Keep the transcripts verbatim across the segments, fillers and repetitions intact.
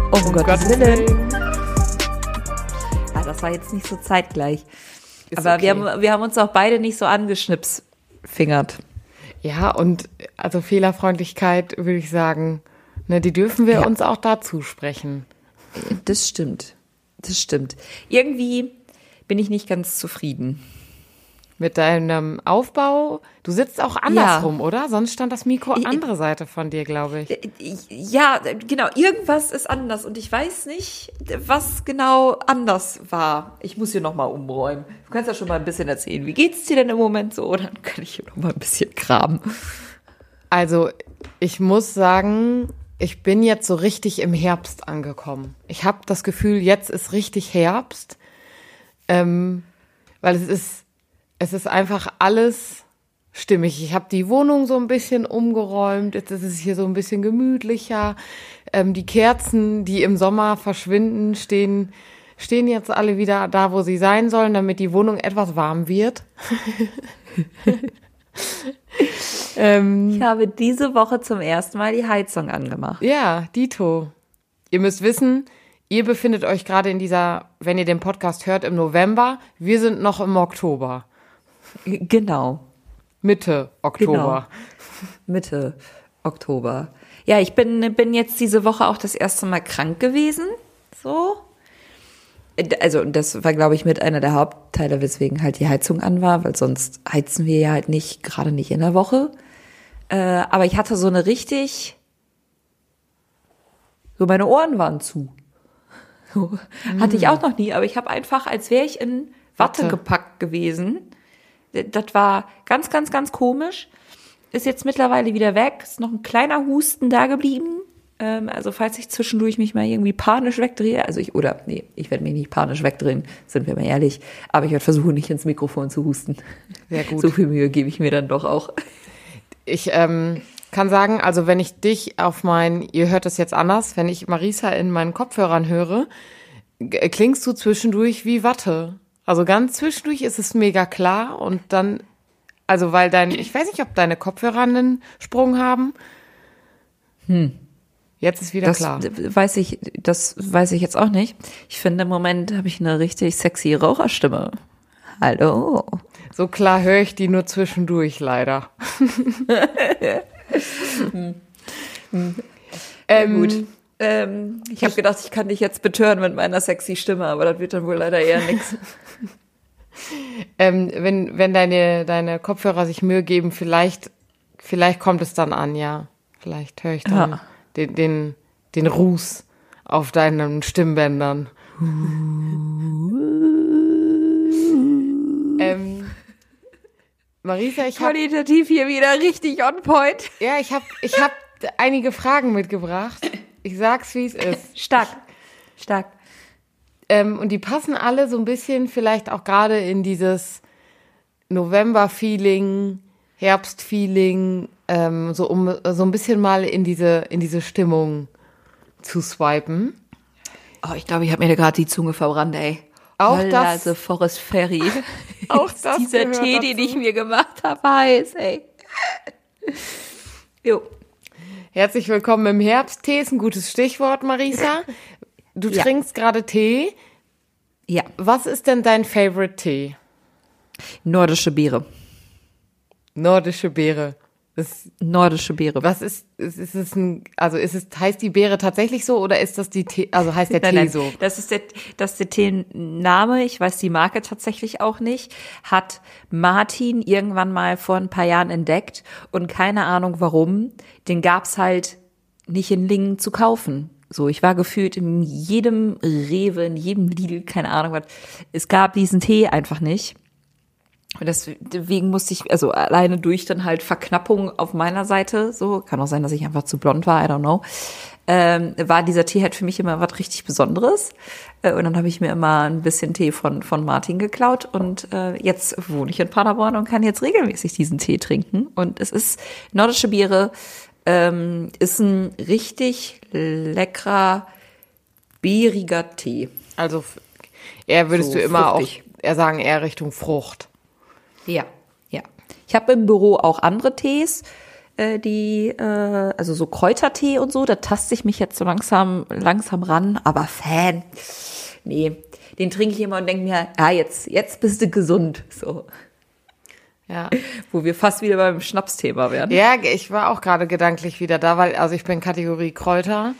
Um, um Gottes, Gottes Willen. Willen. Ah, das war jetzt nicht so zeitgleich. Ist Aber okay. wir, haben, wir haben uns auch beide nicht so angeschnipsfingert. Ja, und also Fehlerfreundlichkeit, würde ich sagen, ne, die dürfen wir ja. uns auch dazu sprechen. Das stimmt. Das stimmt. Irgendwie bin ich nicht ganz zufrieden. Mit deinem Aufbau? Du sitzt auch andersrum, ja. oder? Sonst stand das Mikro ich, andere Seite von dir, glaube ich. Ja, genau. Irgendwas ist anders und ich weiß nicht, was genau anders war. Ich muss hier nochmal umräumen. Du kannst ja schon mal ein bisschen erzählen. Wie geht's dir denn im Moment so? Dann kann ich hier nochmal ein bisschen kramen. Also, ich muss sagen, ich bin jetzt so richtig im Herbst angekommen. Ich habe das Gefühl, jetzt ist richtig Herbst. Ähm, weil es ist Es ist einfach alles stimmig. Ich habe die Wohnung so ein bisschen umgeräumt. Jetzt ist es hier so ein bisschen gemütlicher. Ähm, die Kerzen, die im Sommer verschwinden, stehen, stehen jetzt alle wieder da, wo sie sein sollen, damit die Wohnung etwas warm wird. ähm, ich habe diese Woche zum ersten Mal die Heizung angemacht. Ja, dito. Ihr müsst wissen, ihr befindet euch gerade in dieser, wenn ihr den Podcast hört, im November. Wir sind noch im Oktober. Genau. Mitte Oktober. Genau. Mitte Oktober. Ja, ich bin, bin jetzt diese Woche auch das erste Mal krank gewesen. So. Also, das war, glaube ich, mit einer der Hauptteile, weswegen halt die Heizung an war, weil sonst heizen wir ja halt nicht, gerade nicht in der Woche. Äh, aber ich hatte so eine richtig, so meine Ohren waren zu. So. Mm. Hatte ich auch noch nie, aber ich habe einfach, als wäre ich in Watte, Watte gepackt gewesen. Das war ganz, ganz, ganz komisch. Ist jetzt mittlerweile wieder weg. Ist noch ein kleiner Husten da geblieben. Ähm, also falls ich zwischendurch mich mal irgendwie panisch wegdrehe, also ich, oder nee, ich werde mich nicht panisch wegdrehen, sind wir mal ehrlich. Aber ich werde versuchen, nicht ins Mikrofon zu husten. Sehr gut. So viel Mühe gebe ich mir dann doch auch. Ich ähm, kann sagen, also wenn ich dich auf mein, ihr hört es jetzt anders, wenn ich Marisa in meinen Kopfhörern höre, g- klingst du zwischendurch wie Watte. Also ganz zwischendurch ist es mega klar und dann, also weil dein, ich weiß nicht, ob deine Kopfhörer einen Sprung haben. Hm. Jetzt ist wieder das klar. Weiß ich, das weiß ich jetzt auch nicht. Ich finde, im Moment habe ich eine richtig sexy Raucherstimme. Hallo. So klar höre ich die nur zwischendurch, leider. hm. Hm. Ähm, gut. Ähm, ich habe gedacht, ich kann dich jetzt betören mit meiner sexy Stimme, aber das wird dann wohl leider eher nix. ähm, wenn wenn deine deine Kopfhörer sich Mühe geben, vielleicht vielleicht kommt es dann an, ja. Vielleicht höre ich dann ja. den den den Ruß auf deinen Stimmbändern. ähm, Marisa, ich habe qualitativ hier wieder richtig on point. Ja, ich habe ich habe einige Fragen mitgebracht. Ich sag's, wie es ist. Stark, stark. Ähm, und die passen alle so ein bisschen vielleicht auch gerade in dieses November-Feeling, Herbst-Feeling, ähm, so um so ein bisschen mal in diese in diese Stimmung zu swipen. Oh, ich glaube, ich habe mir da gerade die Zunge verbrannt, ey. Auch Holla, das. The Forest Ferry. Auch das. Dieser Tee, dazu. Den ich mir gemacht habe, heiß, ey. Jo. Herzlich willkommen im Herbst. Tee ist ein gutes Stichwort, Marisa. Du ja. trinkst gerade Tee. Ja. Was ist denn dein Favorite Tee? Nordische Beere. Nordische Beere. Das, Nordische Beere. Was ist, ist, ist es ein, also ist es, heißt die Beere tatsächlich so oder ist das die Tee, also heißt der nein, Tee nein, so? Das ist der, das ist der Teenname. Ich weiß die Marke tatsächlich auch nicht. Hat Martin irgendwann mal vor ein paar Jahren entdeckt und keine Ahnung warum. Den gab's halt nicht in Lingen zu kaufen. So, ich war gefühlt in jedem Rewe, in jedem Lidl, keine Ahnung was. Es gab diesen Tee einfach nicht. Und deswegen musste ich, also alleine durch dann halt Verknappung auf meiner Seite, so, kann auch sein, dass ich einfach zu blond war, I don't know, ähm, war dieser Tee halt für mich immer was richtig Besonderes. Äh, und dann habe ich mir immer ein bisschen Tee von von Martin geklaut und äh, jetzt wohne ich in Paderborn und kann jetzt regelmäßig diesen Tee trinken. Und es ist nordische Beere, ähm, ist ein richtig leckerer, beeriger Tee. Also eher würdest so du immer fruchtig. auch eher sagen, eher Richtung Frucht. Ja, ja. Ich habe im Büro auch andere Tees. äh, die, äh, also so Kräutertee und so, da taste ich mich jetzt so langsam, langsam ran, aber Fan, nee, den trinke ich immer und denke mir, ja, jetzt, jetzt bist du gesund, so. Ja. Wo wir fast wieder beim Schnapsthema wären. Ja, ich war auch gerade gedanklich wieder da, weil, also ich bin Kategorie Kräuter.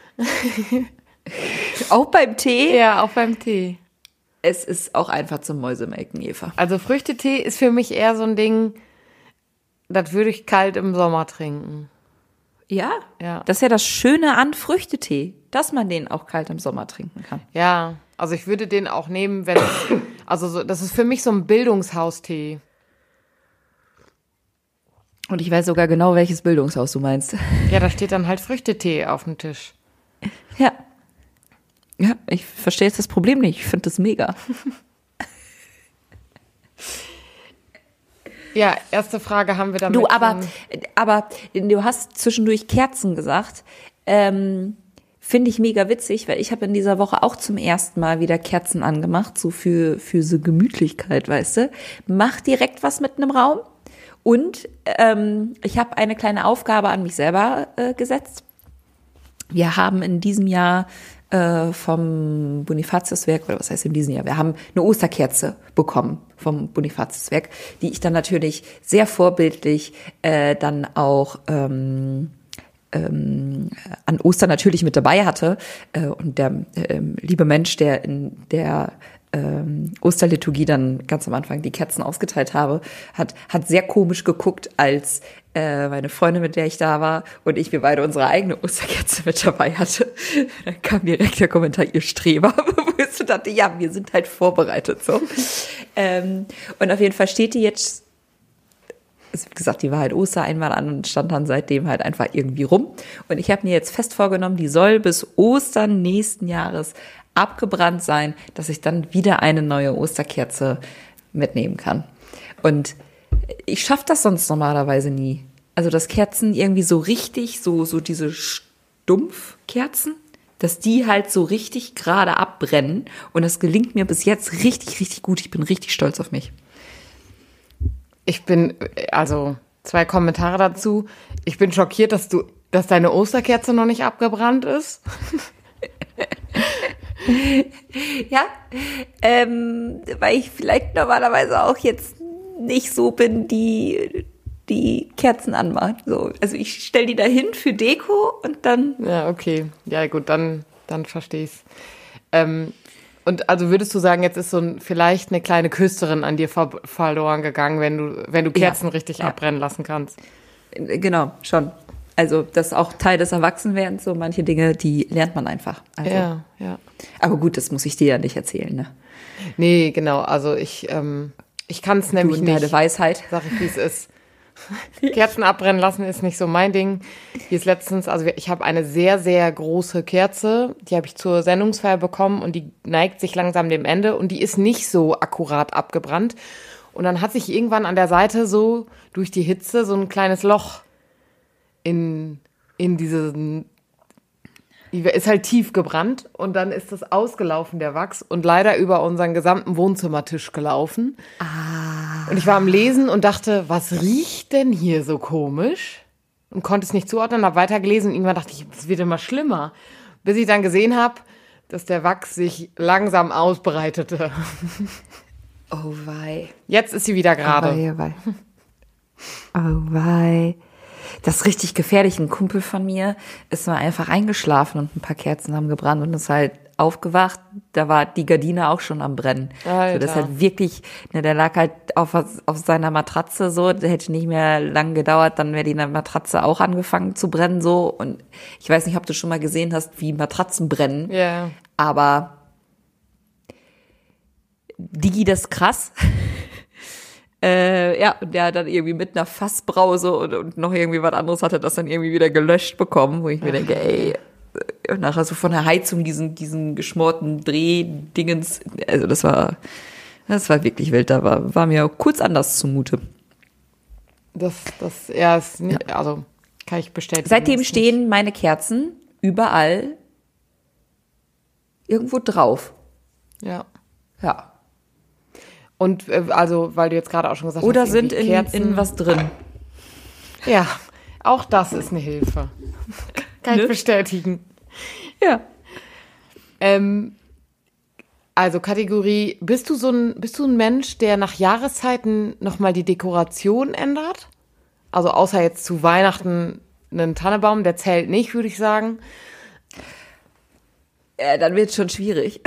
Auch beim Tee? Ja, auch beim Tee. Es ist auch einfach zum Mäusemelken, Eva. Also Früchtetee ist für mich eher so ein Ding, das würde ich kalt im Sommer trinken. Ja, Ja. Das ist ja das Schöne an Früchtetee, dass man den auch kalt im Sommer trinken kann. Ja, also ich würde den auch nehmen, wenn es, also so, das ist für mich so ein Bildungshaustee. Und ich weiß sogar genau, welches Bildungshaus du meinst. Ja, da steht dann halt Früchtetee auf dem Tisch. Ja. Ja, ich verstehe jetzt das Problem nicht. Ich finde das mega. Ja, erste Frage haben wir damit. Du, aber, aber du hast zwischendurch Kerzen gesagt. Ähm, finde ich mega witzig, weil ich habe in dieser Woche auch zum ersten Mal wieder Kerzen angemacht, so für, für so Gemütlichkeit, weißt du. Mach direkt was mit einem Raum. Und ähm, ich habe eine kleine Aufgabe an mich selber äh, gesetzt. Wir haben in diesem Jahr äh, vom Bonifatiuswerk, oder was heißt in diesem Jahr, wir haben eine Osterkerze bekommen vom Bonifatiuswerk, die ich dann natürlich sehr vorbildlich äh, dann auch ähm, ähm, an Ostern natürlich mit dabei hatte. Äh, und der äh, liebe Mensch, der in der ähm, Osterliturgie dann ganz am Anfang die Kerzen ausgeteilt habe, hat hat sehr komisch geguckt, als äh, meine Freundin, mit der ich da war, und ich, wir beide unsere eigene Osterkerze mit dabei hatte. Dann kam direkt der Kommentar, ihr Streber, wo ich so dachte, ja, wir sind halt vorbereitet so. ähm, und auf jeden Fall steht die jetzt, es wird gesagt, die war halt Oster einmal an und stand dann seitdem halt einfach irgendwie rum. Und ich habe mir jetzt fest vorgenommen, die soll bis Ostern nächsten Jahres abgebrannt sein, dass ich dann wieder eine neue Osterkerze mitnehmen kann. Und ich schaffe das sonst normalerweise nie. Also dass Kerzen irgendwie so richtig, so, so diese Stumpfkerzen, dass die halt so richtig gerade abbrennen. Und das gelingt mir bis jetzt richtig, richtig gut. Ich bin richtig stolz auf mich. Ich bin, also zwei Kommentare dazu. Ich bin schockiert, dass du, dass deine Osterkerze noch nicht abgebrannt ist. Ja, ähm, weil ich vielleicht normalerweise auch jetzt nicht so bin, die die Kerzen anmacht. So, also ich stelle die da hin für Deko und dann. Ja, okay. Ja, gut, dann, dann verstehe ich's. Ähm, und also würdest du sagen, jetzt ist so ein, vielleicht eine kleine Küsterin an dir ver- verloren gegangen, wenn du, wenn du Kerzen Ja, richtig ja. abbrennen lassen kannst? Genau, schon. Also das ist auch Teil des Erwachsenwerdens, so manche Dinge, die lernt man einfach. Also, Ja, ja. aber gut, das muss ich dir ja nicht erzählen, ne? Nee, genau. Also ich, ähm, ich kann es Du nämlich und deine nicht. Weisheit. Sag ich, wie es ist. Kerzen abbrennen lassen ist nicht so mein Ding. Hier ist letztens, also ich habe eine sehr, sehr große Kerze, die habe ich zur Sendungsfeier bekommen und die neigt sich langsam dem Ende und die ist nicht so akkurat abgebrannt. Und dann hat sich irgendwann an der Seite so durch die Hitze so ein kleines Loch in, in diesen, die ist halt tief gebrannt und dann ist das ausgelaufen, der Wachs, und leider über unseren gesamten Wohnzimmertisch gelaufen. Ah. Und ich war am Lesen und dachte, was riecht denn hier so komisch? Und konnte es nicht zuordnen, habe weitergelesen und irgendwann dachte ich, es wird immer schlimmer. Bis ich dann gesehen habe, dass der Wachs sich langsam ausbreitete. Oh wei. Jetzt ist sie wieder gerade. Oh wei, oh wei. Oh wei. Das ist richtig gefährlich. Ein Kumpel von mir ist mal einfach eingeschlafen und ein paar Kerzen haben gebrannt und ist halt aufgewacht. Da war die Gardine auch schon am Brennen. Alter. So, das ist halt wirklich, ne, der lag halt auf, auf seiner Matratze so, der hätte nicht mehr lang gedauert, dann wäre die Matratze auch angefangen zu brennen so. Und ich weiß nicht, ob du schon mal gesehen hast, wie Matratzen brennen. Ja. Aber Digi, das ist krass. Äh, ja, und der hat dann irgendwie mit einer Fassbrause und, und noch irgendwie was anderes hatte das dann irgendwie wieder gelöscht bekommen, wo ich mir denke, ey, und nachher so von der Heizung diesen, diesen geschmorten Drehdingens, also das war, das war wirklich wild, da war, war mir kurz anders zumute. Das, das, ja, ist nicht, ja. Also kann ich bestätigen. Seitdem stehen meine Kerzen überall irgendwo drauf. Ja. Ja. Und äh, also, weil du jetzt gerade auch schon gesagt Oder hast, sind irgendwie in, Kerzen. in was drin. Ja, auch das ist eine Hilfe. Kann ich Ne? bestätigen. Ja. Ähm, also Kategorie, bist du so ein, bist du ein Mensch, der nach Jahreszeiten nochmal die Dekoration ändert? Also außer jetzt zu Weihnachten einen Tannebaum, der zählt nicht, würde ich sagen. Ja, dann wird es schon schwierig.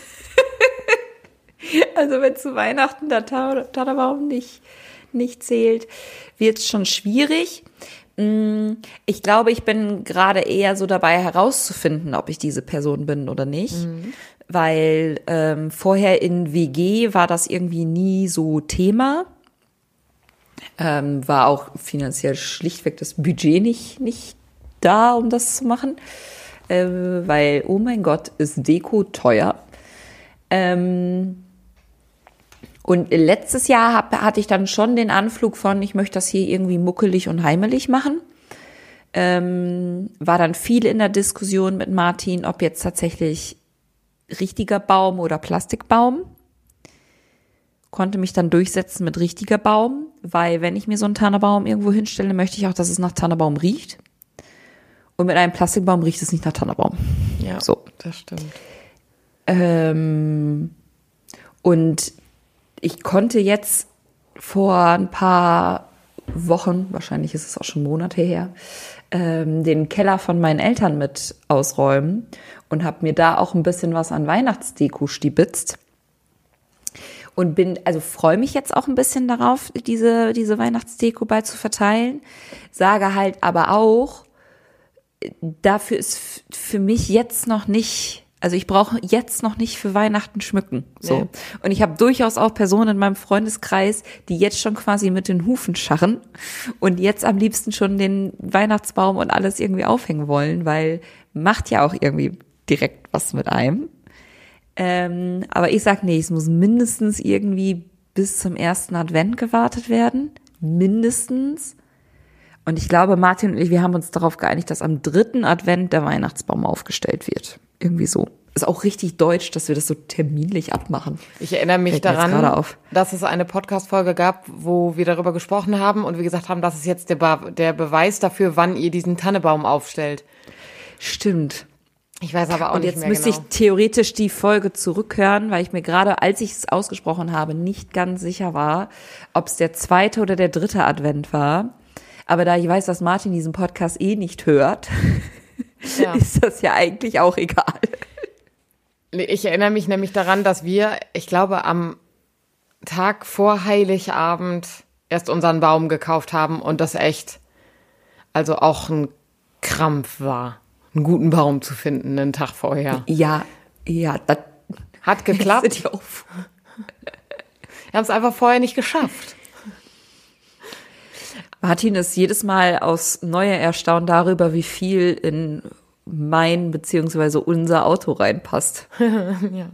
Also wenn zu Weihnachten der Ta- Tannenbaum nicht, nicht zählt, wird es schon schwierig. Mm, Ich glaube, ich bin gerade eher so dabei herauszufinden, ob ich diese Person bin oder nicht. Mhm. Weil ähm, vorher in W G war das irgendwie nie so Thema. Ähm, war auch finanziell schlichtweg das Budget nicht, nicht da, um das zu machen. Äh, weil, oh mein Gott, ist Deko teuer. Ähm, und letztes Jahr hab, hatte ich dann schon den Anflug von, ich möchte das hier irgendwie muckelig und heimelig machen. Ähm, war dann viel in der Diskussion mit Martin, ob jetzt tatsächlich richtiger Baum oder Plastikbaum. Konnte mich dann durchsetzen mit richtiger Baum, weil wenn ich mir so einen Tannebaum irgendwo hinstelle, möchte ich auch, dass es nach Tannebaum riecht. Und mit einem Plastikbaum riecht es nicht nach Tannebaum. Ja, so. Das stimmt. Ähm, und ich konnte jetzt vor ein paar Wochen, wahrscheinlich ist es auch schon Monate her, ähm, den Keller von meinen Eltern mit ausräumen und habe mir da auch ein bisschen was an Weihnachtsdeko stibitzt. Und bin, also freue mich jetzt auch ein bisschen darauf, diese, diese Weihnachtsdeko bald zu verteilen. Sage halt aber auch, dafür ist f- für mich jetzt noch nicht, also ich brauche jetzt noch nicht für Weihnachten schmücken. So. Nee. Und ich habe durchaus auch Personen in meinem Freundeskreis, die jetzt schon quasi mit den Hufen scharren und jetzt am liebsten schon den Weihnachtsbaum und alles irgendwie aufhängen wollen, weil macht ja auch irgendwie direkt was mit einem. Ähm, aber ich sag, nee, es muss mindestens irgendwie bis zum ersten Advent gewartet werden. Mindestens. Und ich glaube, Martin und ich, wir haben uns darauf geeinigt, dass am dritten Advent der Weihnachtsbaum aufgestellt wird. Irgendwie so. Ist auch richtig deutsch, dass wir das so terminlich abmachen. Ich erinnere mich Fällt mir jetzt daran, gerade auf. dass es eine Podcast-Folge gab, wo wir darüber gesprochen haben und wir gesagt haben, das ist jetzt der, Be- der Beweis dafür, wann ihr diesen Tannebaum aufstellt. Stimmt. Ich weiß aber auch Und nicht jetzt mehr müsste genau. ich theoretisch die Folge zurückhören, weil ich mir gerade, als ich es ausgesprochen habe, nicht ganz sicher war, ob es der zweite oder der dritte Advent war. Aber da ich weiß, dass Martin diesen Podcast eh nicht hört, Ja. ist das ja eigentlich auch egal. Ich erinnere mich nämlich daran, dass wir, ich glaube, am Tag vor Heiligabend erst unseren Baum gekauft haben und das echt, also auch ein Krampf war, einen guten Baum zu finden, einen Tag vorher. Ja, ja, das Hat geklappt. ich auf. Wir haben es einfach vorher nicht geschafft. Martin ist jedes Mal aus neuer Erstaunen darüber, wie viel in mein beziehungsweise unser Auto reinpasst. Ja.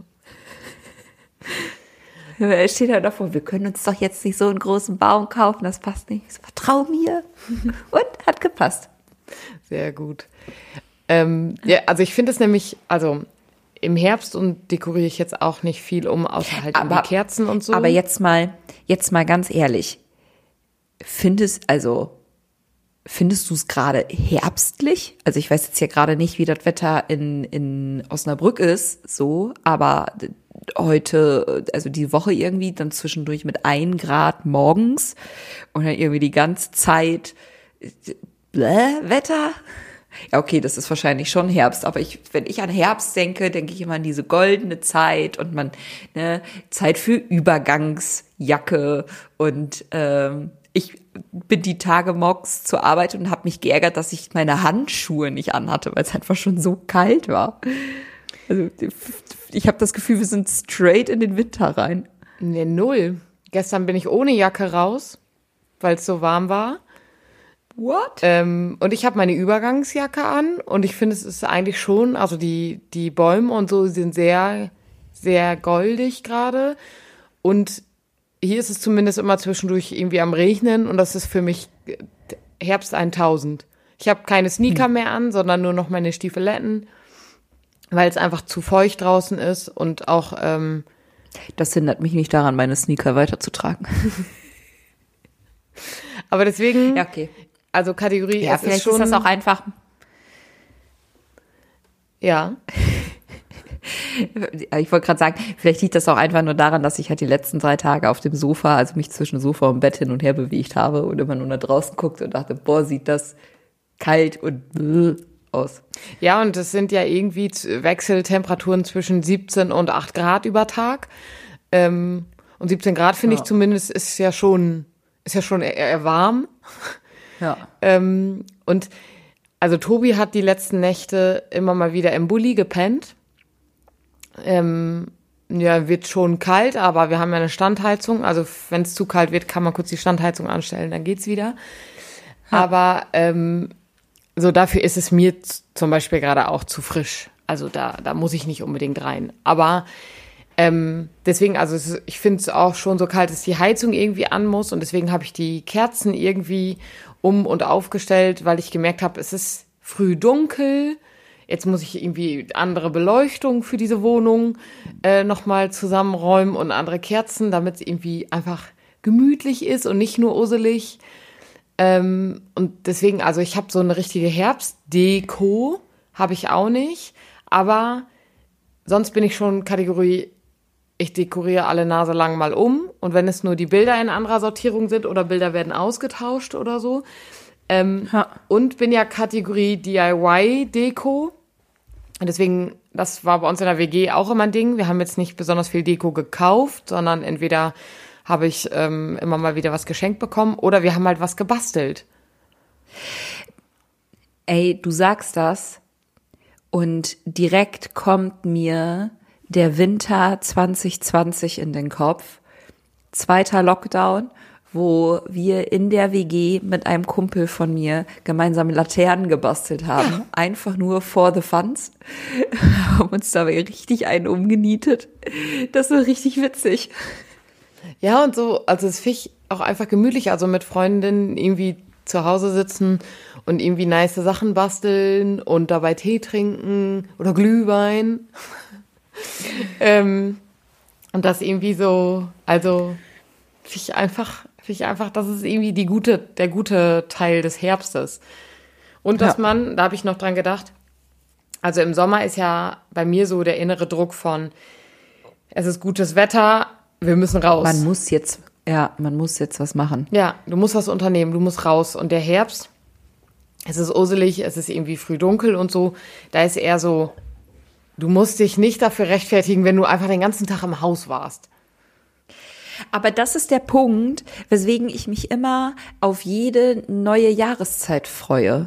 Er steht halt davor, wir können uns doch jetzt nicht so einen großen Baum kaufen, das passt nicht. Ich so, vertrau mir. Und hat gepasst. Sehr gut. Ähm, ja, also ich finde es nämlich, also im Herbst und dekoriere ich jetzt auch nicht viel um, außer halt Aber- die Kerzen und so. Aber jetzt mal, jetzt mal ganz ehrlich. Findest, also, findest du es gerade herbstlich? Also ich weiß jetzt ja gerade nicht, wie das Wetter in, in Osnabrück ist, so, aber heute, also die Woche irgendwie dann zwischendurch mit ein Grad morgens und dann irgendwie die ganze Zeit bläh, Wetter. Ja, okay, das ist wahrscheinlich schon Herbst, aber ich, wenn ich an Herbst denke, denke ich immer an diese goldene Zeit und man, ne, Zeit für Übergangsjacke und ähm, ich bin die Tage morgens zur Arbeit und habe mich geärgert, dass ich meine Handschuhe nicht anhatte, weil es einfach schon so kalt war. Also ich habe das Gefühl, wir sind straight in den Winter rein. Nee, null. Gestern bin ich ohne Jacke raus, weil es so warm war. What? Ähm, und ich habe meine Übergangsjacke an und ich finde, es ist eigentlich schon, also die, die Bäume und so sind sehr, sehr goldig gerade. Und hier ist es zumindest immer zwischendurch irgendwie am Regnen und das ist für mich Herbst tausend. Ich habe keine Sneaker mehr an, sondern nur noch meine Stiefeletten, weil es einfach zu feucht draußen ist und auch ähm, Das hindert mich nicht daran, meine Sneaker weiterzutragen. aber deswegen Ja, okay. also Kategorie, Ja, es vielleicht ist schon... ist das auch einfach, Ja. ich wollte gerade sagen, vielleicht liegt das auch einfach nur daran, dass ich halt die letzten drei Tage auf dem Sofa, also mich zwischen Sofa und Bett hin und her bewegt habe und immer nur nach draußen guckte und dachte, boah, sieht das kalt und bläh aus. Ja, und es sind ja irgendwie Z- Wechseltemperaturen zwischen siebzehn und acht Grad über Tag. Ähm, und siebzehn Grad, finde Ja. ich zumindest, ist ja schon, ist ja schon eher, eher warm. Ja. Ähm, und also Tobi hat die letzten Nächte immer mal wieder im Bulli gepennt. Ähm, ja, wird schon kalt, aber wir haben ja eine Standheizung. Also wenn es zu kalt wird, kann man kurz die Standheizung anstellen, dann geht's wieder. Ja. Aber ähm, so dafür ist es mir z- zum Beispiel gerade auch zu frisch. Also da, da muss ich nicht unbedingt rein. Aber ähm, deswegen, also es ist, ich finde es auch schon so kalt, dass die Heizung irgendwie an muss. Und deswegen habe ich die Kerzen irgendwie um und aufgestellt, weil ich gemerkt habe, es ist früh dunkel. Jetzt muss ich irgendwie andere Beleuchtung für diese Wohnung äh, nochmal zusammenräumen und andere Kerzen, damit es irgendwie einfach gemütlich ist und nicht nur uselig. Ähm, und deswegen, also ich habe so eine richtige Herbstdeko, habe ich auch nicht. Aber sonst bin ich schon Kategorie, ich dekoriere alle Nase lang mal um. Und wenn es nur die Bilder in anderer Sortierung sind oder Bilder werden ausgetauscht oder so. Ähm, Ja. Und bin ja Kategorie D I Y-Deko. Und deswegen, das war bei uns in der W G auch immer ein Ding. Wir haben jetzt nicht besonders viel Deko gekauft, sondern entweder habe ich ähm, immer mal wieder was geschenkt bekommen oder wir haben halt was gebastelt. Ey, du sagst das und direkt kommt mir der Winter zwanzig zwanzig in den Kopf. Zweiter Lockdown, wo wir in der W G mit einem Kumpel von mir gemeinsam Laternen gebastelt haben. Einfach nur for the funs. Haben uns dabei richtig einen umgenietet. Das war richtig witzig. Ja, und so, also es finde ich auch einfach gemütlich, also mit Freundinnen irgendwie zu Hause sitzen und irgendwie nice Sachen basteln und dabei Tee trinken oder Glühwein. ähm, und das irgendwie so, also finde ich einfach, finde ich einfach, das ist irgendwie die gute, der gute Teil des Herbstes. Und dass Ja. man, da habe ich noch dran gedacht, also im Sommer ist ja bei mir so der innere Druck von, es ist gutes Wetter, wir müssen raus. Man muss jetzt, ja, man muss jetzt was machen. Ja, du musst was unternehmen, du musst raus. Und der Herbst, es ist urselig, es ist irgendwie früh dunkel und so, da ist eher so, du musst dich nicht dafür rechtfertigen, wenn du einfach den ganzen Tag im Haus warst. Aber das ist der Punkt, weswegen ich mich immer auf jede neue Jahreszeit freue.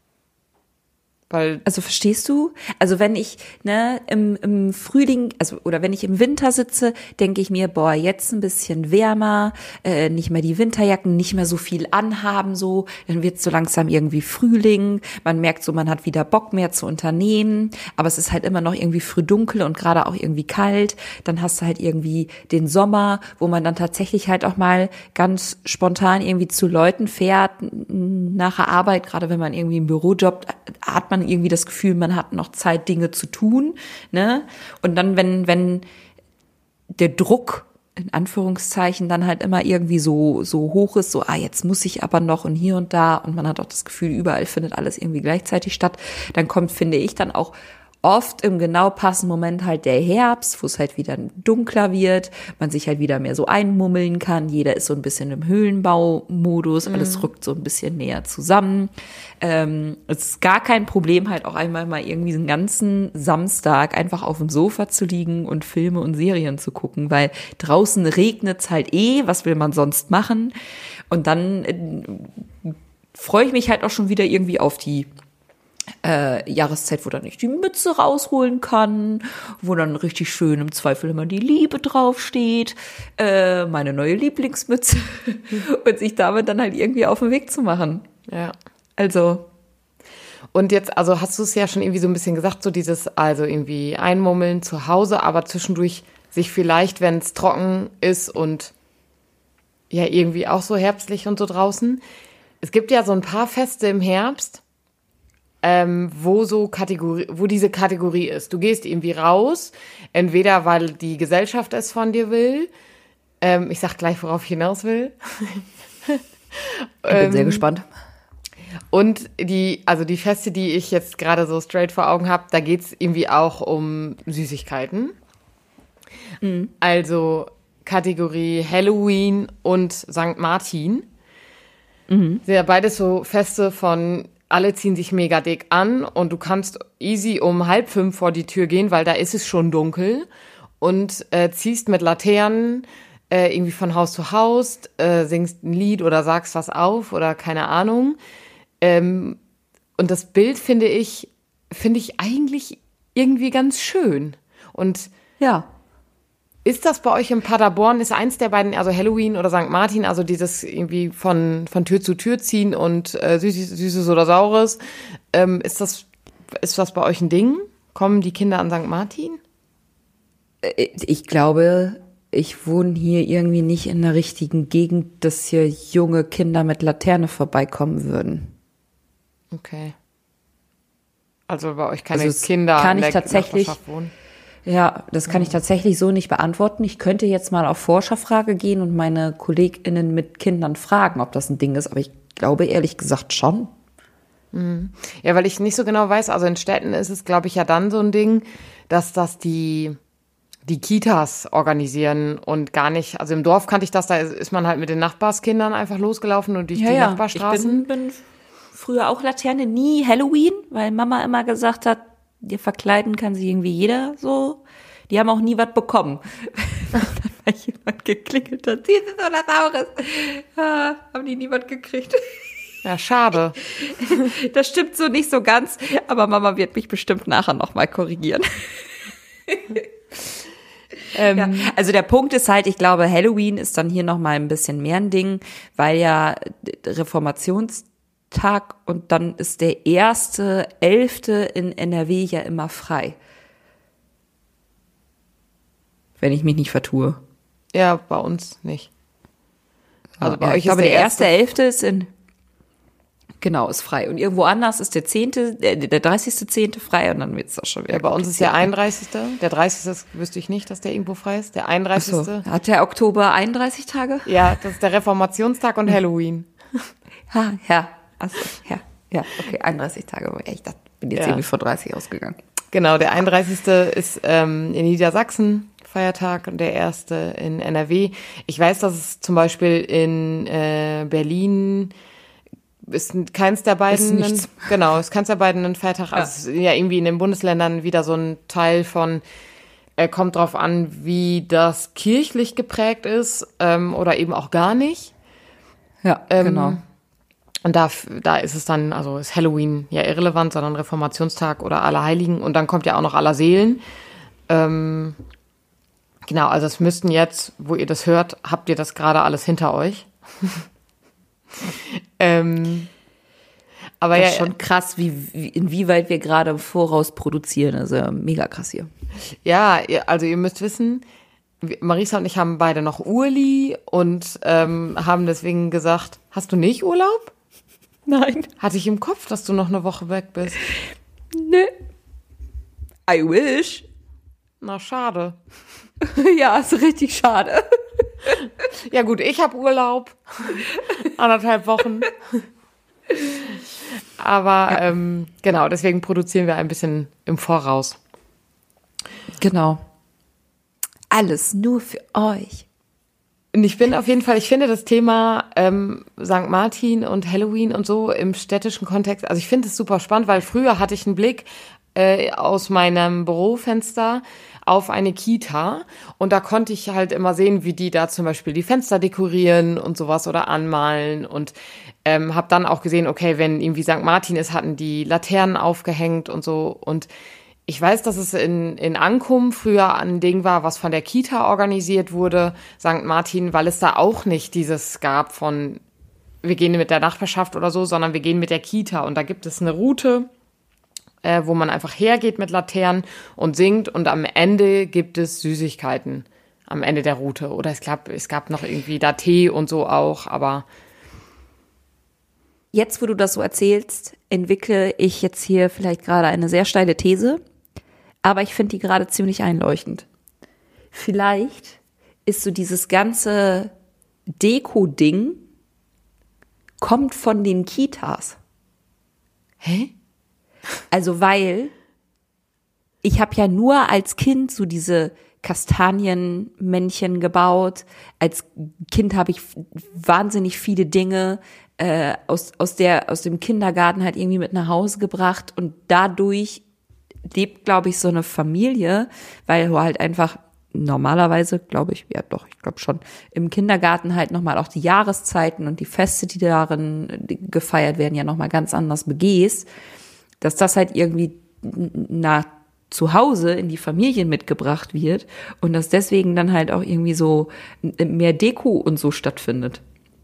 Weil, Also verstehst du? Also wenn ich ne im, im Frühling, also oder wenn ich im Winter sitze, denke ich mir, boah, jetzt ein bisschen wärmer, äh, nicht mehr die Winterjacken, nicht mehr so viel anhaben, so, dann wird so langsam irgendwie Frühling. Man merkt so, man hat wieder Bock mehr zu unternehmen, aber es ist halt immer noch irgendwie früh dunkel und gerade auch irgendwie kalt. Dann hast du halt irgendwie den Sommer, wo man dann tatsächlich halt auch mal ganz spontan irgendwie zu Leuten fährt nach der Arbeit, gerade wenn man irgendwie im Büro jobbt, hat man irgendwie das Gefühl, man hat noch Zeit, Dinge zu tun, ne? Und dann, wenn, wenn der Druck, in Anführungszeichen, dann halt immer irgendwie so, so hoch ist, so, ah, jetzt muss ich aber noch und hier und da und man hat auch das Gefühl, überall findet alles irgendwie gleichzeitig statt, dann kommt, finde ich, dann auch oft im genau passenden Moment halt der Herbst, wo es halt wieder dunkler wird, man sich halt wieder mehr so einmummeln kann, jeder ist so ein bisschen im Höhlenbaumodus, alles rückt so ein bisschen näher zusammen. Ähm, es ist gar kein Problem, halt auch einmal mal irgendwie einen ganzen Samstag einfach auf dem Sofa zu liegen und Filme und Serien zu gucken, weil draußen regnet's halt eh, was will man sonst machen? Und dann äh, freue ich mich halt auch schon wieder irgendwie auf die Äh, Jahreszeit, wo dann ich die Mütze rausholen kann, wo dann richtig schön im Zweifel immer die Liebe draufsteht, äh, meine neue Lieblingsmütze und sich damit dann halt irgendwie auf den Weg zu machen. ja. Also, Und jetzt, also hast du es ja schon irgendwie so ein bisschen gesagt, so dieses, also irgendwie einmummeln zu Hause, aber zwischendurch sich vielleicht, wenn es trocken ist und ja irgendwie auch so herbstlich und so draußen. Es gibt ja so ein paar Feste im Herbst, ähm, wo so Kategorie, wo diese Kategorie ist. Du gehst irgendwie raus, entweder weil die Gesellschaft es von dir will. Ähm, ich sag gleich, worauf ich hinaus will. ich bin sehr gespannt. Und die, also die Feste, die ich jetzt gerade so straight vor Augen habe, da geht's irgendwie auch um Süßigkeiten. Mhm. Also Kategorie Halloween und Sankt Martin. Mhm. Sind ja beides so Feste von alle ziehen sich mega dick an und du kannst easy um halb fünf vor die Tür gehen, weil da ist es schon dunkel und äh, ziehst mit Laternen äh, irgendwie von Haus zu Haus, äh, singst ein Lied oder sagst was auf oder keine Ahnung. Ähm, und das Bild finde ich, finde ich eigentlich irgendwie ganz schön. Und ja. Ist das bei euch in Paderborn, ist eins der beiden, also Halloween oder Sankt Martin, also dieses irgendwie von, von Tür zu Tür ziehen und äh, Süßes, Süßes oder Saures, ähm, ist das, ist das bei euch ein Ding? Kommen die Kinder an Sankt Martin? Ich glaube, ich wohne hier irgendwie nicht in der richtigen Gegend, dass hier junge Kinder mit Laterne vorbeikommen würden. Okay. Also bei euch keine also Kinder kann in ich der tatsächlich Nachbarschaft wohnen? Ja, das kann ich tatsächlich so nicht beantworten. Ich könnte jetzt mal auf Forscherfrage gehen und meine KollegInnen mit Kindern fragen, ob das ein Ding ist, aber ich glaube ehrlich gesagt schon. Ja, weil ich nicht so genau weiß, also in Städten ist es, glaube ich, ja dann so ein Ding, dass das die, die Kitas organisieren und gar nicht, also im Dorf kannte ich das, da ist, ist man halt mit den Nachbarskindern einfach losgelaufen und durch ja, die ja. Nachbarstraßen. Ich bin, bin früher auch Laterne, nie Halloween, weil Mama immer gesagt hat, dir verkleiden kann sie irgendwie jeder so. Die haben auch nie was bekommen. Weil jemand geklingelt hat, dieses oder Saures. Ja, haben die nie was gekriegt. Ja, schade. Das stimmt so nicht so ganz, aber Mama wird mich bestimmt nachher nochmal korrigieren. ähm, ja, also der Punkt ist halt, ich glaube, Halloween ist dann hier nochmal ein bisschen mehr ein Ding, weil ja Reformations Tag und dann ist der erste Elfte in N R W ja immer frei. Wenn ich mich nicht vertue. Ja, bei uns nicht. Also bei ja, euch ich ist glaube, der erste Elfte ist in, genau, ist frei. Und irgendwo anders ist der zehnte, der, der dreißigste Zehnte frei und dann wird es auch schon wieder. Ja, bei uns ist der einunddreißigste Der dreißigste wüsste ich nicht, dass der irgendwo frei ist. Der einunddreißigste So. Hat der Oktober einunddreißig Tage? Ja, das ist der Reformationstag und Halloween. Ha, ja. Achso, ja, ja, okay, einunddreißig Tage. Ich dachte, bin jetzt ja. irgendwie vor dreißig ausgegangen. Genau, der einunddreißigste ist ähm, in Niedersachsen Feiertag und der erste in N R W. Ich weiß, dass es zum Beispiel in äh, Berlin ist keins der beiden, ist nichts. Genau, ist keins der beiden ein Feiertag. Ja. Also ja, irgendwie in den Bundesländern wieder so ein Teil von, äh, kommt drauf an, wie das kirchlich geprägt ist ähm, oder eben auch gar nicht. Ja, ähm, genau. Und da, da ist es dann, also ist Halloween ja irrelevant, sondern Reformationstag oder Allerheiligen. Und dann kommt ja auch noch Allerseelen. Ähm, genau, also es müssten jetzt, wo ihr das hört, habt ihr das gerade alles hinter euch. ähm, aber das ja, ist schon krass, wie, wie inwieweit wir gerade im Voraus produzieren. Also mega krass hier. Ja, also ihr müsst wissen, Marisa und ich haben beide noch Urli und ähm, haben deswegen gesagt, hast du nicht Urlaub? Nein. Hatte ich im Kopf, dass du noch eine Woche weg bist. Nö. I wish. Na, schade. Ja, ist richtig schade. Ja gut, ich habe Urlaub. Anderthalb Wochen. Aber ja. ähm, genau, deswegen produzieren wir ein bisschen im Voraus. Genau. Alles nur für euch. Und ich bin auf jeden Fall, ich finde das Thema ähm, Sankt Martin und Halloween und so im städtischen Kontext, also ich finde es super spannend, weil früher hatte ich einen Blick äh, aus meinem Bürofenster auf eine Kita und da konnte ich halt immer sehen, wie die da zum Beispiel die Fenster dekorieren und sowas oder anmalen und ähm, habe dann auch gesehen, okay, wenn irgendwie Sankt Martin ist, hatten die Laternen aufgehängt und so und ich weiß, dass es in, in Ankum früher ein Ding war, was von der Kita organisiert wurde, Sankt Martin, weil es da auch nicht dieses gab von, wir gehen mit der Nachbarschaft oder so, sondern wir gehen mit der Kita. Und da gibt es eine Route, äh, wo man einfach hergeht mit Laternen und singt. Und am Ende gibt es Süßigkeiten am Ende der Route. Oder es gab, es gab noch irgendwie da Tee und so auch, aber... Jetzt, wo du das so erzählst, entwickle ich jetzt hier vielleicht gerade eine sehr steile These. Aber ich finde die gerade ziemlich einleuchtend. Vielleicht ist so dieses ganze Deko-Ding kommt von den Kitas. Hä? Also weil ich habe ja nur als Kind so diese Kastanienmännchen gebaut. Als Kind habe ich wahnsinnig viele Dinge äh, aus, aus, der, aus dem Kindergarten halt irgendwie mit nach Hause gebracht. Und dadurch lebt, glaube ich, so eine Familie, weil du halt einfach normalerweise, glaube ich, ja doch, ich glaube schon, im Kindergarten halt nochmal auch die Jahreszeiten und die Feste, die darin gefeiert werden, ja nochmal ganz anders begehst, dass das halt irgendwie nach zu Hause in die Familien mitgebracht wird und dass deswegen dann halt auch irgendwie so mehr Deko und so stattfindet.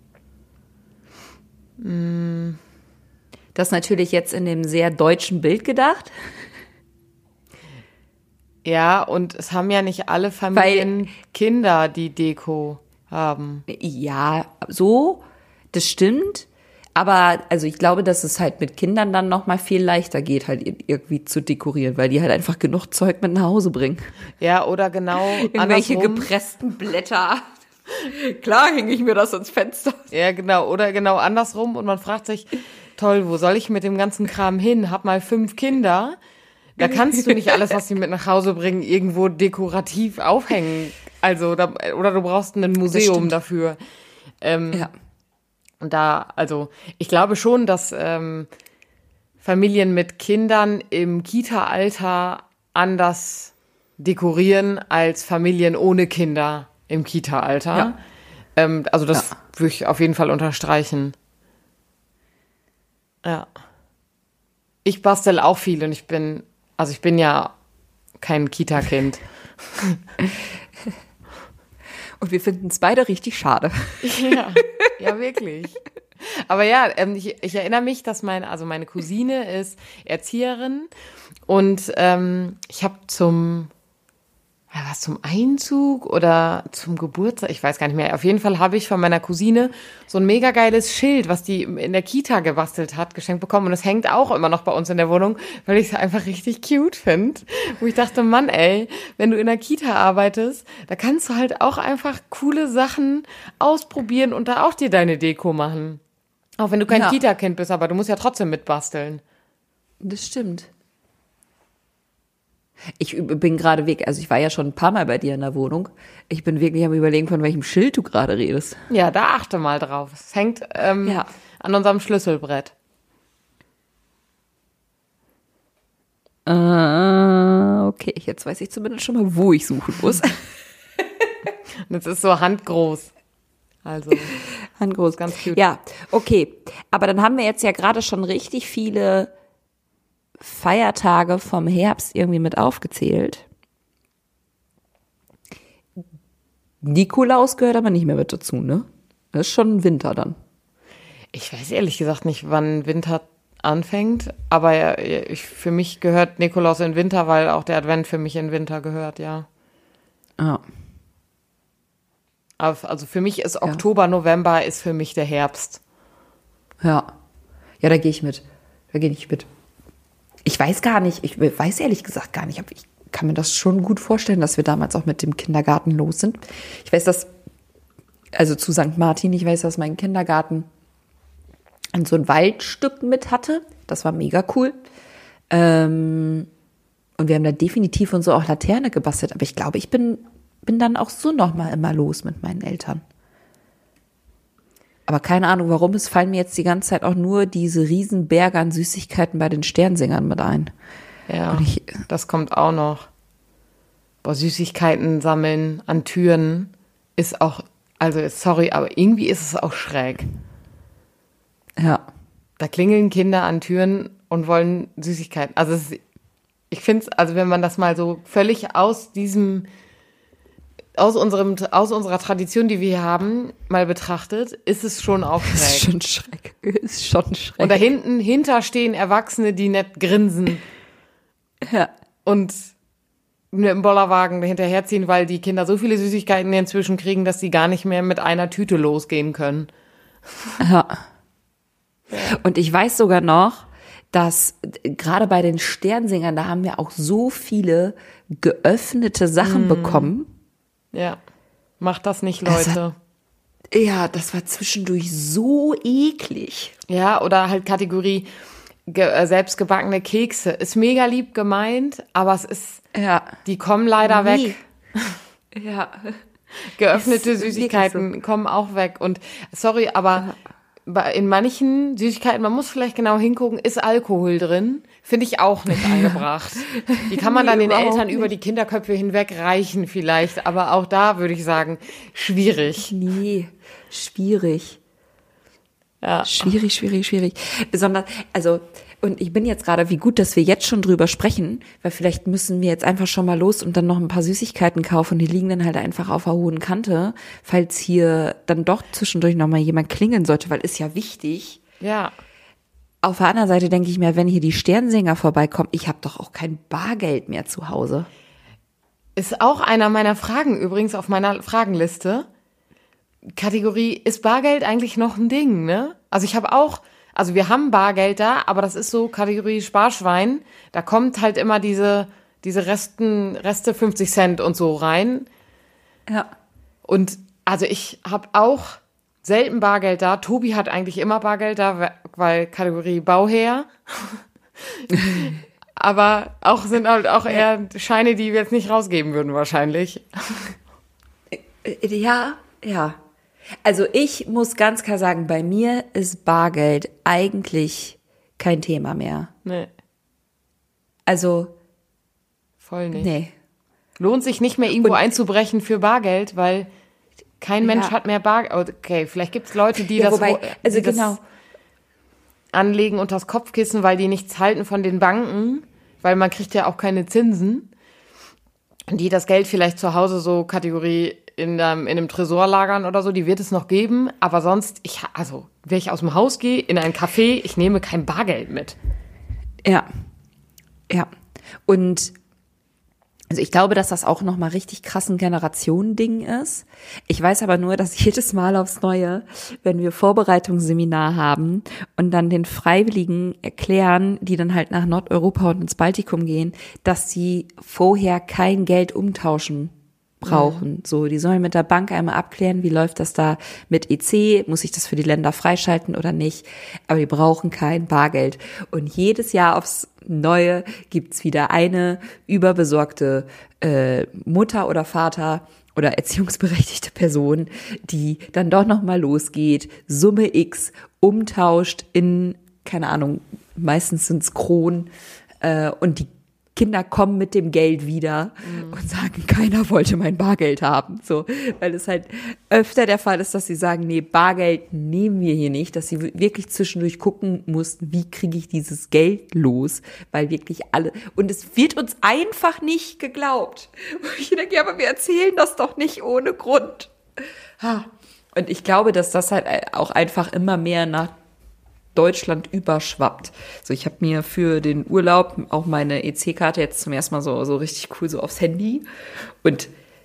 Mm. Das natürlich jetzt in dem sehr deutschen Bild gedacht. Ja, und es haben ja nicht alle Familien Weil, Kinder, die Deko haben. Ja, so, das stimmt. Aber also ich glaube, dass es halt mit Kindern dann noch mal viel leichter geht, halt irgendwie zu dekorieren, weil die halt einfach genug Zeug mit nach Hause bringen. Ja, oder genau irgendwelche andersrum. Gepressten Blätter. Klar hänge ich mir das ins Fenster. Ja, genau. Oder genau andersrum. Und man fragt sich, toll, wo soll ich mit dem ganzen Kram hin? Hab mal fünf Kinder. Da kannst du nicht alles, was sie mit nach Hause bringen, irgendwo dekorativ aufhängen. Also, da, oder du brauchst ein Museum dafür. Ähm, ja. Und da, also, ich glaube schon, dass ähm, Familien mit Kindern im Kita-Alter anders dekorieren als Familien ohne Kinder im Kita-Alter. Ja. Ähm, also, das ja. würde ich auf jeden Fall unterstreichen. Ja. Ich bastel auch viel und ich bin, also ich bin ja kein Kita-Kind. Und wir finden es beide richtig schade. Ja, ja, wirklich. Aber ja, ähm, ich, ich erinnere mich, dass meine, also meine Cousine ist Erzieherin und ähm, ich habe zum, ja, was zum Einzug oder zum Geburtstag, ich weiß gar nicht mehr. Auf jeden Fall habe ich von meiner Cousine so ein mega geiles Schild, was die in der Kita gebastelt hat, geschenkt bekommen. Und es hängt auch immer noch bei uns in der Wohnung, weil ich es einfach richtig cute finde. Wo ich dachte, Mann, ey, wenn du in der Kita arbeitest, da kannst du halt auch einfach coole Sachen ausprobieren und da auch dir deine Deko machen. Auch wenn du kein ja. Kita-Kind bist, aber du musst ja trotzdem mitbasteln. Das stimmt. Ich bin gerade weg, also ich war ja schon ein paar Mal bei dir in der Wohnung. Ich bin wirklich am Überlegen, von welchem Schild du gerade redest. Ja, da achte mal drauf. Es hängt ähm, ja. an unserem Schlüsselbrett. Äh, okay, jetzt weiß ich zumindest schon mal, wo ich suchen muss. Das ist so handgroß. Also handgroß, ganz cute. Ja, okay. Aber dann haben wir jetzt ja gerade schon richtig viele Feiertage vom Herbst irgendwie mit aufgezählt. Nikolaus gehört aber nicht mehr mit dazu, ne? Das ist schon Winter dann. Ich weiß ehrlich gesagt nicht, wann Winter anfängt, aber ich, für mich gehört Nikolaus in Winter, weil auch der Advent für mich in Winter gehört, ja. Ah. Also für mich ist Oktober, ja. November ist für mich der Herbst. Ja. Ja, da gehe ich mit. Da gehe ich mit. Ich weiß gar nicht, ich weiß ehrlich gesagt gar nicht, aber ich kann mir das schon gut vorstellen, dass wir damals auch mit dem Kindergarten los sind. Ich weiß, dass, also zu Sankt Martin, ich weiß, dass mein Kindergarten so ein Waldstück mit hatte. Das war mega cool. Ähm, und wir haben da definitiv und so auch Laterne gebastelt. Aber ich glaube, ich bin, bin dann auch so nochmal immer los mit meinen Eltern. Aber keine Ahnung, warum, es fallen mir jetzt die ganze Zeit auch nur diese riesen Berge an Süßigkeiten bei den Sternsingern mit ein. Ja, ich, das kommt auch noch. Boah, Süßigkeiten sammeln an Türen ist auch, also sorry, aber irgendwie ist es auch schräg. Ja. Da klingeln Kinder an Türen und wollen Süßigkeiten. Also es, ich finde es, also wenn man das mal so völlig aus diesem Aus, unserem, aus unserer Tradition, die wir hier haben, mal betrachtet, ist es schon auch schräg. Ist schon schräg. Ist schon schräg. Und da hinten, hinter stehen Erwachsene, die nett grinsen. Ja. Und mit dem Bollerwagen hinterherziehen, weil die Kinder so viele Süßigkeiten inzwischen kriegen, dass sie gar nicht mehr mit einer Tüte losgehen können. Ja. Und ich weiß sogar noch, dass gerade bei den Sternsingern, da haben wir auch so viele geöffnete Sachen mm. bekommen. Ja, macht das nicht, Leute. Das hat, ja, das war zwischendurch so eklig. Ja, oder halt Kategorie, ge- äh, selbstgebackene Kekse. Ist mega lieb gemeint, aber es ist, Ja. die kommen leider Nee. weg. Ja. Geöffnete Ist wirklich Süßigkeiten kommen auch weg. Und sorry, aber bei- in manchen Süßigkeiten, man muss vielleicht genau hingucken, ist Alkohol drin. Finde ich auch nicht angebracht. Die kann man Nee, dann den überhaupt Eltern nicht. über die Kinderköpfe hinweg reichen vielleicht. Aber auch da würde ich sagen, schwierig. Nee, schwierig. Ja. Schwierig, schwierig, schwierig. Besonders, also, und ich bin jetzt gerade, wie gut, dass wir jetzt schon drüber sprechen, weil vielleicht müssen wir jetzt einfach schon mal los und dann noch ein paar Süßigkeiten kaufen und die liegen dann halt einfach auf der hohen Kante, falls hier dann doch zwischendurch noch mal jemand klingeln sollte, weil ist ja wichtig. Ja. Auf der anderen Seite denke ich mir, wenn hier die Sternsinger vorbeikommen, ich habe doch auch kein Bargeld mehr zu Hause. Ist auch einer meiner Fragen übrigens auf meiner Fragenliste. Kategorie, ist Bargeld eigentlich noch ein Ding, ne? Also ich habe auch, also wir haben Bargeld da, aber das ist so Kategorie Sparschwein. Da kommt halt immer diese, diese Resten, Reste fünfzig Cent und so rein. Ja. Und also ich habe auch selten Bargeld da. Tobi hat eigentlich immer Bargeld da, weil Kategorie Bauherr. Aber auch sind halt auch eher Scheine, die wir jetzt nicht rausgeben würden wahrscheinlich. Ja, ja. Also ich muss ganz klar sagen, bei mir ist Bargeld eigentlich kein Thema mehr. Nee, Also, voll nicht. nee. Lohnt sich nicht mehr irgendwo Und- einzubrechen für Bargeld, weil kein Mensch Ja. hat mehr Bargeld. Okay, vielleicht gibt es Leute, die, Ja, das, wobei, wo- also die das genau. anlegen unter das Kopfkissen, weil die nichts halten von den Banken, weil man kriegt ja auch keine Zinsen. Die das Geld vielleicht zu Hause so Kategorie in einem, in einem Tresor lagern oder so, die wird es noch geben. Aber sonst, ich, also, wenn ich aus dem Haus gehe, in ein Café, ich nehme kein Bargeld mit. Ja, ja. Und also ich glaube, dass das auch nochmal richtig krass ein Generationending ist. Ich weiß aber nur, dass jedes Mal aufs Neue, wenn wir Vorbereitungsseminar haben und dann den Freiwilligen erklären, die dann halt nach Nordeuropa und ins Baltikum gehen, dass sie vorher kein Geld umtauschen brauchen. So, die sollen mit der Bank einmal abklären, wie läuft das da mit E C, muss ich das für die Länder freischalten oder nicht, aber die brauchen kein Bargeld. Und jedes Jahr aufs Neue gibt's wieder eine überbesorgte äh, Mutter oder Vater oder erziehungsberechtigte Person, die dann doch nochmal losgeht, Summe X umtauscht in, keine Ahnung, meistens sind's Kronen äh, und die Kinder kommen mit dem Geld wieder mhm. und sagen, keiner wollte mein Bargeld haben. So, weil es halt öfter der Fall ist, dass sie sagen, nee, Bargeld nehmen wir hier nicht, dass sie wirklich zwischendurch gucken mussten, wie kriege ich dieses Geld los, weil wirklich alle, und es wird uns einfach nicht geglaubt. Und ich denke, ja, aber wir erzählen das doch nicht ohne Grund. Und ich glaube, dass das halt auch einfach immer mehr nach Deutschland überschwappt. So, ich habe mir für den Urlaub auch meine E C-Karte jetzt zum ersten Mal so, so richtig cool so aufs Handy. Und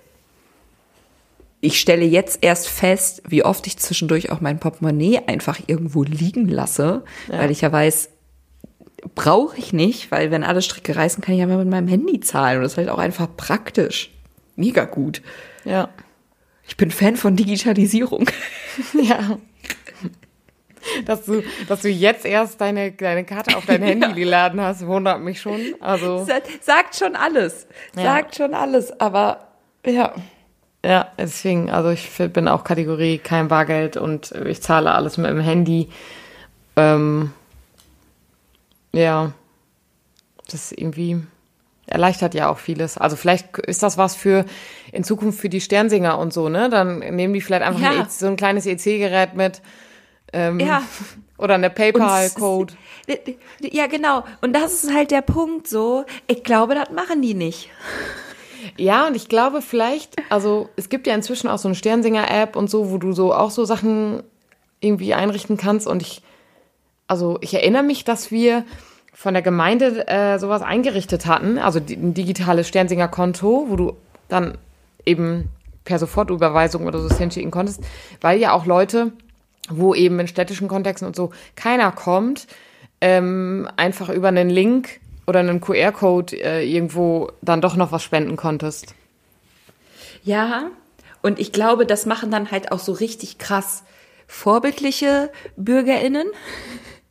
ich stelle jetzt erst fest, wie oft ich zwischendurch auch mein Portemonnaie einfach irgendwo liegen lasse, ja. weil ich ja weiß, brauche ich nicht, weil wenn alle Stricke reißen, kann ich ja mal mit meinem Handy zahlen. Und das ist halt auch einfach praktisch. Mega gut. Ja. Ich bin Fan von Digitalisierung. Ja. Dass du, dass du jetzt erst deine, deine Karte auf dein Handy ja. geladen hast, wundert mich schon. Also sagt schon alles. Sagt ja. schon alles, aber ja. Ja, deswegen, also ich bin auch Kategorie kein Bargeld und ich zahle alles mit dem Handy. Ähm, ja, das irgendwie erleichtert ja auch vieles. Also vielleicht ist das was für in Zukunft für die Sternsinger und so, ne? Dann nehmen die vielleicht einfach ja. ein, so ein kleines E C-Gerät mit. Ähm, ja. Oder eine PayPal-Code. Ja, genau. Und das ist halt der Punkt so. Ich glaube, das machen die nicht. Ja, und ich glaube vielleicht, also es gibt ja inzwischen auch so eine Sternsinger-App und so, wo du so auch so Sachen irgendwie einrichten kannst. Und ich, also ich erinnere mich, dass wir von der Gemeinde äh, sowas eingerichtet hatten, also ein digitales Sternsinger-Konto, wo du dann eben per Sofortüberweisung oder so es hinschicken konntest, weil ja auch Leute, wo eben in städtischen Kontexten und so keiner kommt, ähm, einfach über einen Link oder einen Q R-Code äh, irgendwo dann doch noch was spenden konntest. Ja, und ich glaube, das machen dann halt auch so richtig krass vorbildliche BürgerInnen,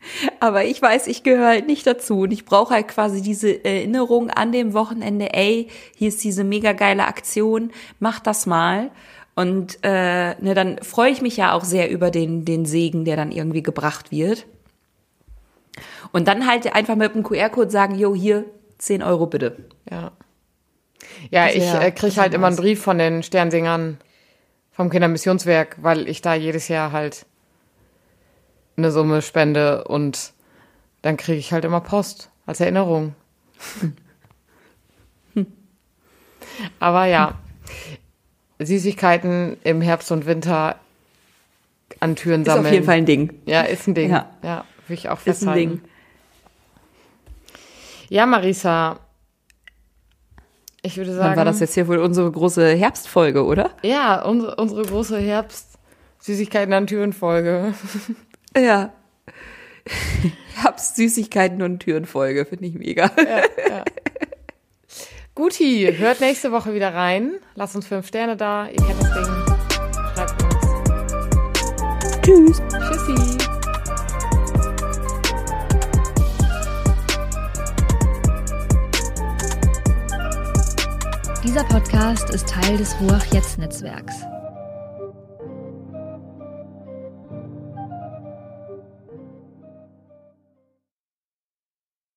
Aber ich weiß, ich gehöre halt nicht dazu und ich brauche halt quasi diese Erinnerung an dem Wochenende, ey, hier ist diese mega geile Aktion, mach das mal. Und äh, ne, dann freue ich mich ja auch sehr über den, den Segen, der dann irgendwie gebracht wird. Und dann halt einfach mit dem Q R-Code sagen, jo, hier, zehn Euro bitte. Ja, ja ich äh, kriege halt immer einen Brief von den Sternsingern vom Kindermissionswerk, weil ich da jedes Jahr halt eine Summe spende und dann kriege ich halt immer Post als Erinnerung. Aber ja, Süßigkeiten im Herbst und Winter an Türen sammeln. Ist auf jeden Fall ein Ding. Ja, ist ein Ding. Ja, ja will ich auch festhalten. Ist ein Ding. Ja, Marisa, ich würde sagen... Dann war das jetzt hier wohl unsere große Herbstfolge, oder? Ja, unsere, unsere große Herbst-Süßigkeiten an Türen-Folge. Ja. Herbst-Süßigkeiten und Türen-Folge, finde ich mega. Ja, ja. Guti, hört nächste Woche wieder rein. Lasst uns fünf Sterne da. Ihr kennt das Ding. Schreibt uns. Tschüss. Tschüssi. Dieser Podcast ist Teil des Ruach Jetzt Netzwerks.